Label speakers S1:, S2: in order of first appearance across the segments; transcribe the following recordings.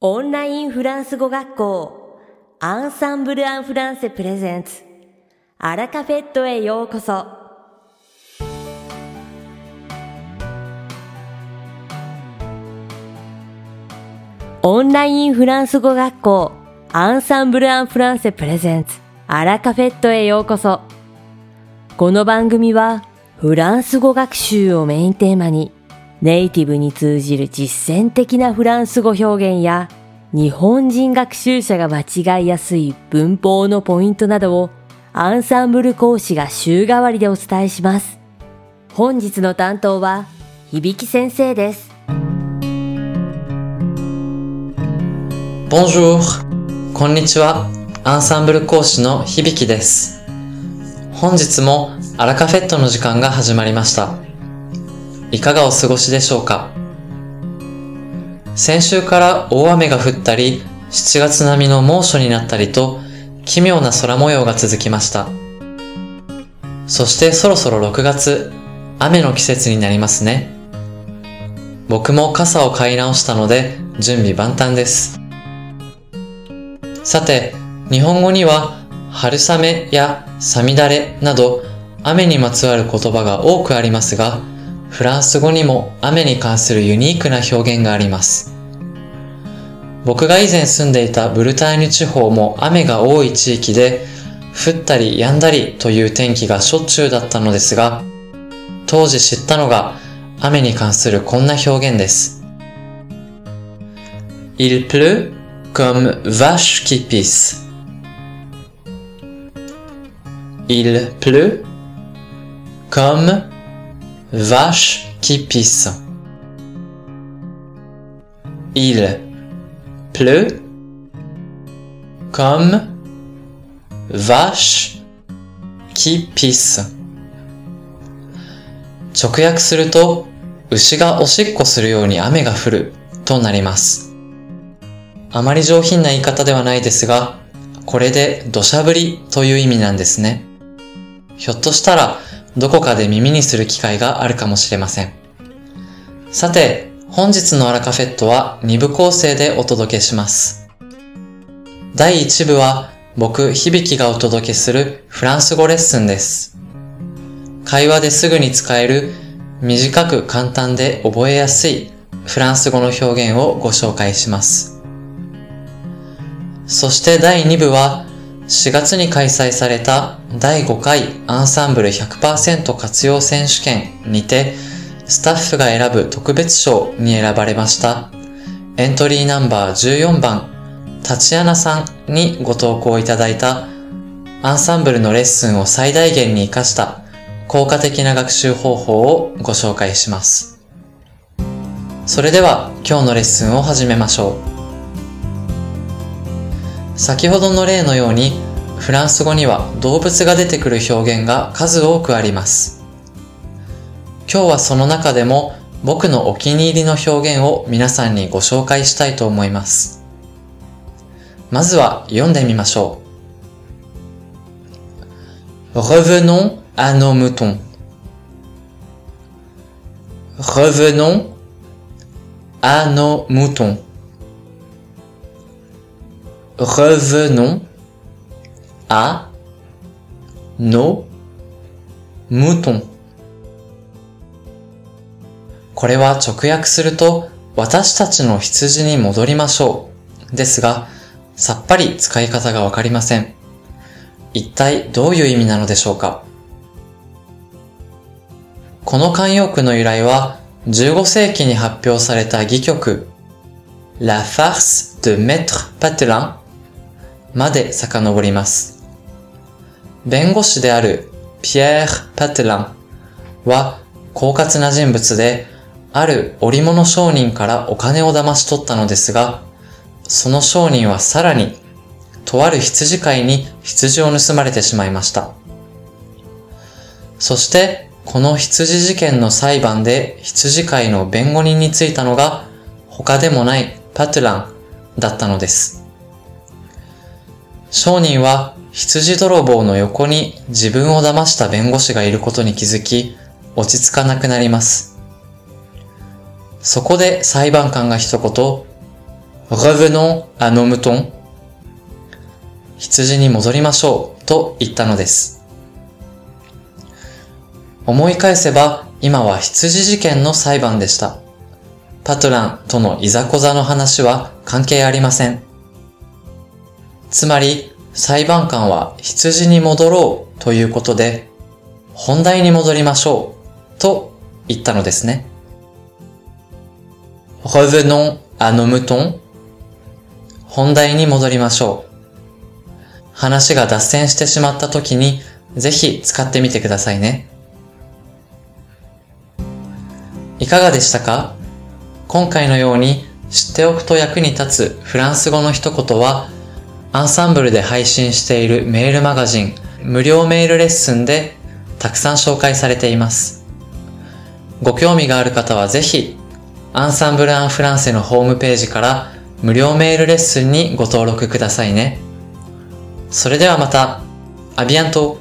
S1: オンラインフランス語学校アンサンブル・アン・フランセプレゼンツアラカフェットへようこそ。オンラインフランス語学校アンサンブル・アン・フランセプレゼンツアラカフェットへようこそ。この番組はフランス語学習をメインテーマにネイティブに通じる実践的なフランス語表現や日本人学習者が間違いやすい文法のポイントなどをアンサンブル講師が週替わりでお伝えします。本日の担当は響先生です。
S2: Bonjour、こんにちは。アンサンブル講師の響です。本日もアラカフェットの時間が始まりました。いかがお過ごしでしょうか。先週から大雨が降ったり、7月並みの猛暑になったりと、奇妙な空模様が続きました。そしてそろそろ6月、雨の季節になりますね。僕も傘を買い直したので、準備万端です。さて、日本語には、春雨やさみだれなど、雨にまつわる言葉が多くありますが、フランス語にも雨に関するユニークな表現があります。僕が以前住んでいたブルターニュ地方も雨が多い地域で、降ったり止んだりという天気がしょっちゅうだったのですが、当時知ったのが雨に関するこんな表現です。Il pleut comme vache qui pisse. Il pleut comme vache qui pisse. Il pleut comme vache qui pisse. 直訳すると、牛がおしっこするように雨が降るとなります。あまり上品な言い方ではないですが、これで土砂降りという意味なんですね。ひょっとしたら、どこかで耳にする機会があるかもしれません。さて、本日のアラカフェットは2部構成でお届けします。第1部は僕、響がお届けするフランス語レッスンです。会話ですぐに使える短く簡単で覚えやすいフランス語の表現をご紹介します。そして第2部は4月に開催された第5回アンサンブル 100% 活用選手権にてスタッフが選ぶ特別賞に選ばれましたエントリーナンバー14番タチアナさんにご投稿いただいたアンサンブルのレッスンを最大限に活かした効果的な学習方法をご紹介します。それでは今日のレッスンを始めましょう。先ほどの例のようにフランス語には動物が出てくる表現が数多くあります。今日はその中でも僕のお気に入りの表現を皆さんにご紹介したいと思います。まずは読んでみましょう。Revenons à nos moutons. Revenons à nos moutons.Revenons à nos moutons. これは直訳すると、私たちの羊に戻りましょう。ですが、さっぱり使い方がわかりません。一体どういう意味なのでしょうか。この慣用句の由来は、15世紀に発表された戯曲、La farce de Maître Patelinまで遡ります。弁護士であるピエール・パテランは狡猾な人物で、ある織物商人からお金を騙し取ったのですが、その商人はさらに、とある羊飼いに羊を盗まれてしまいました。そして、この羊事件の裁判で羊飼いの弁護人についたのが、他でもないパテランだったのです。商人は羊泥棒の横に自分を騙した弁護士がいることに気づき、落ち着かなくなります。そこで裁判官が一言、 revenons à nos moutons。羊に戻りましょうと言ったのです。思い返せば今は羊事件の裁判でした。パトランとのいざこざの話は関係ありません。つまり裁判官は羊に戻ろうということで、本題に戻りましょうと言ったのですね。revenons à nos moutons。本題に戻りましょう。話が脱線してしまった時にぜひ使ってみてくださいね。いかがでしたか？今回のように知っておくと役に立つフランス語の一言は、アンサンブルで配信しているメールマガジン、無料メールレッスンでたくさん紹介されています。ご興味がある方はぜひ、アンサンブル・アン・フランセのホームページから無料メールレッスンにご登録くださいね。それではまた、アビアント。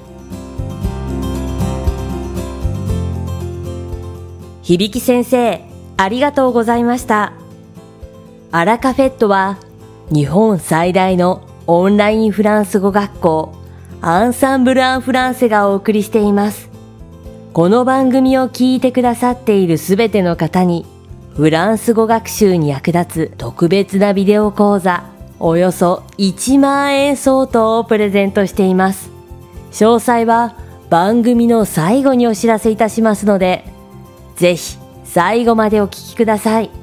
S1: 響先生、ありがとうございました。アラカフェットは日本最大のオンラインフランス語学校アンサンブル・アン・フランセがお送りしています。この番組を聞いてくださっているすべての方にフランス語学習に役立つ特別なビデオ講座およそ1万円相当をプレゼントしています。詳細は番組の最後にお知らせいたしますので、ぜひ最後までお聞きください。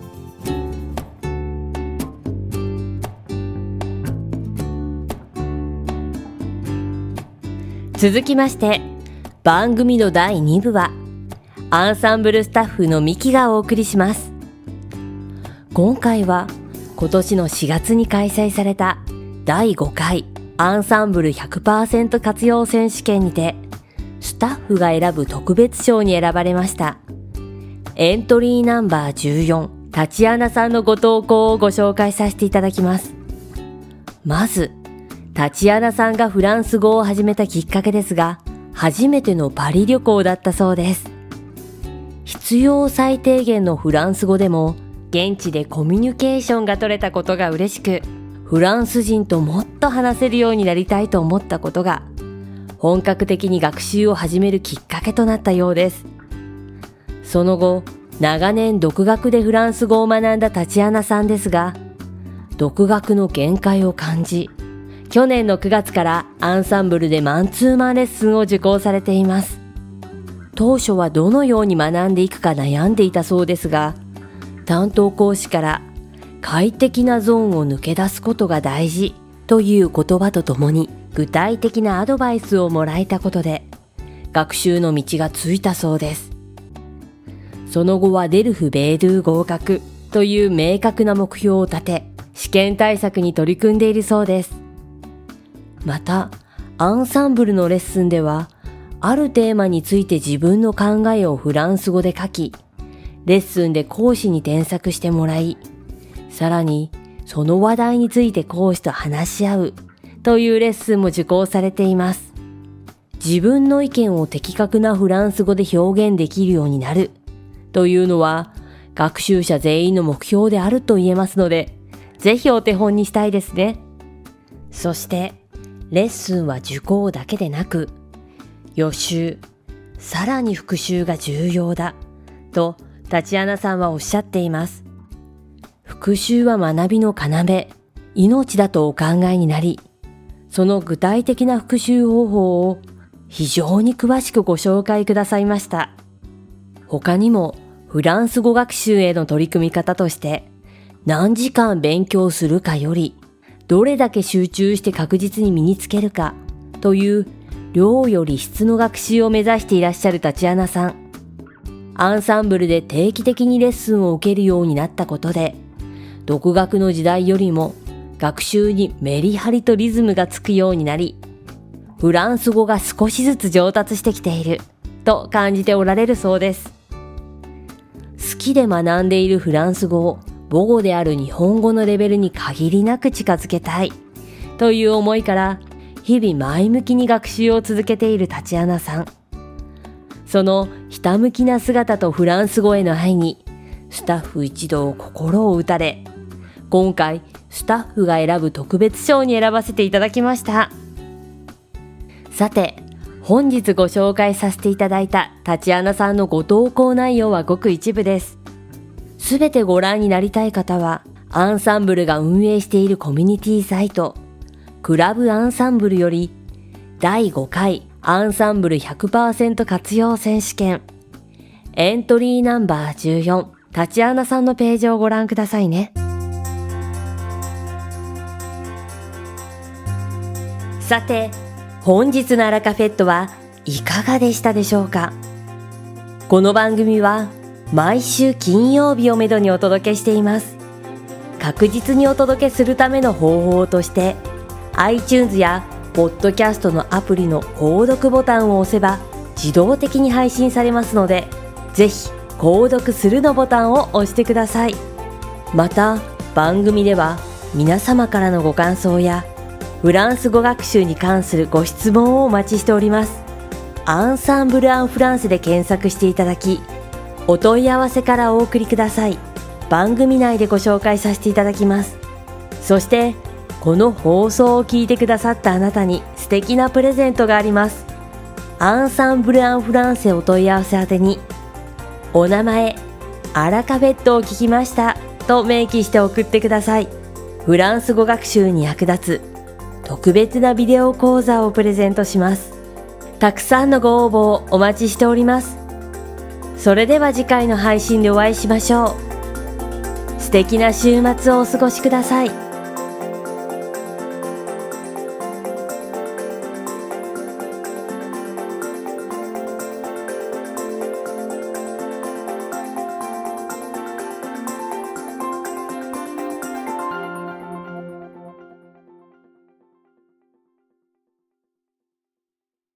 S1: 続きまして、番組の第2部はアンサンブルスタッフのミキがお送りします。今回は今年の4月に開催された第5回アンサンブル 100% 活用選手権にてスタッフが選ぶ特別賞に選ばれましたエントリーナンバー14タチアナさんのご投稿をご紹介させていただきます。まずタチアナさんがフランス語を始めたきっかけですが、初めてのパリ旅行だったそうです。必要最低限のフランス語でも現地でコミュニケーションが取れたことが嬉しく、フランス人ともっと話せるようになりたいと思ったことが本格的に学習を始めるきっかけとなったようです。その後、長年独学でフランス語を学んだタチアナさんですが、独学の限界を感じ、去年の9月からアンサンブルでマンツーマンレッスンを受講されています。当初はどのように学んでいくか悩んでいたそうですが、担当講師から快適なゾーンを抜け出すことが大事という言葉とともに具体的なアドバイスをもらえたことで学習の道がついたそうです。その後はデルフ・ベードゥ合格という明確な目標を立て試験対策に取り組んでいるそうです。また、アンサンブルのレッスンではあるテーマについて自分の考えをフランス語で書き、レッスンで講師に添削してもらい、さらにその話題について講師と話し合うというレッスンも受講されています。自分の意見を的確なフランス語で表現できるようになるというのは学習者全員の目標であると言えますので、ぜひお手本にしたいですね。そしてレッスンは受講だけでなく、予習、さらに復習が重要だとタチアナさんはおっしゃっています。復習は学びの要、命だとお考えになり、その具体的な復習方法を非常に詳しくご紹介くださいました。他にもフランス語学習への取り組み方として、何時間勉強するかより、どれだけ集中して確実に身につけるかという量より質の学習を目指していらっしゃるタチアナさん。アンサンブルで定期的にレッスンを受けるようになったことで、独学の時代よりも学習にメリハリとリズムがつくようになり、フランス語が少しずつ上達してきていると感じておられるそうです。好きで学んでいるフランス語を母語である日本語のレベルに限りなく近づけたいという思いから日々前向きに学習を続けているタチアナさん。そのひたむきな姿とフランス語への愛にスタッフ一同心を打たれ、今回スタッフが選ぶ特別賞に選ばせていただきました。さて、本日ご紹介させていただいたタチアナさんのご投稿内容はごく一部です。すべてご覧になりたい方は、アンサンブルが運営しているコミュニティサイト、クラブアンサンブルより、第5回アンサンブル 100% 活用選手権、エントリーナンバー14、タチアナさんのページをご覧くださいね。さて、本日のアラカフェットはいかがでしたでしょうか。この番組は毎週金曜日をめどにお届けしています。確実にお届けするための方法として、iTunes やポッドキャストのアプリの購読ボタンを押せば自動的に配信されますので、ぜひ購読するのボタンを押してください。また、番組では皆様からのご感想やフランス語学習に関するご質問をお待ちしております。アンサンブル・アン・フランセで検索していただき、お問い合わせからお送りください。番組内でご紹介させていただきます。そして、この放送を聞いてくださったあなたに素敵なプレゼントがあります。アンサンブル・アン・フランセお問い合わせ宛てに、お名前、アラカフェットを聞きましたと明記して送ってください。フランス語学習に役立つ特別なビデオ講座をプレゼントします。たくさんのご応募をお待ちしております。それでは次回の配信でお会いしましょう。素敵な週末をお過ごしください。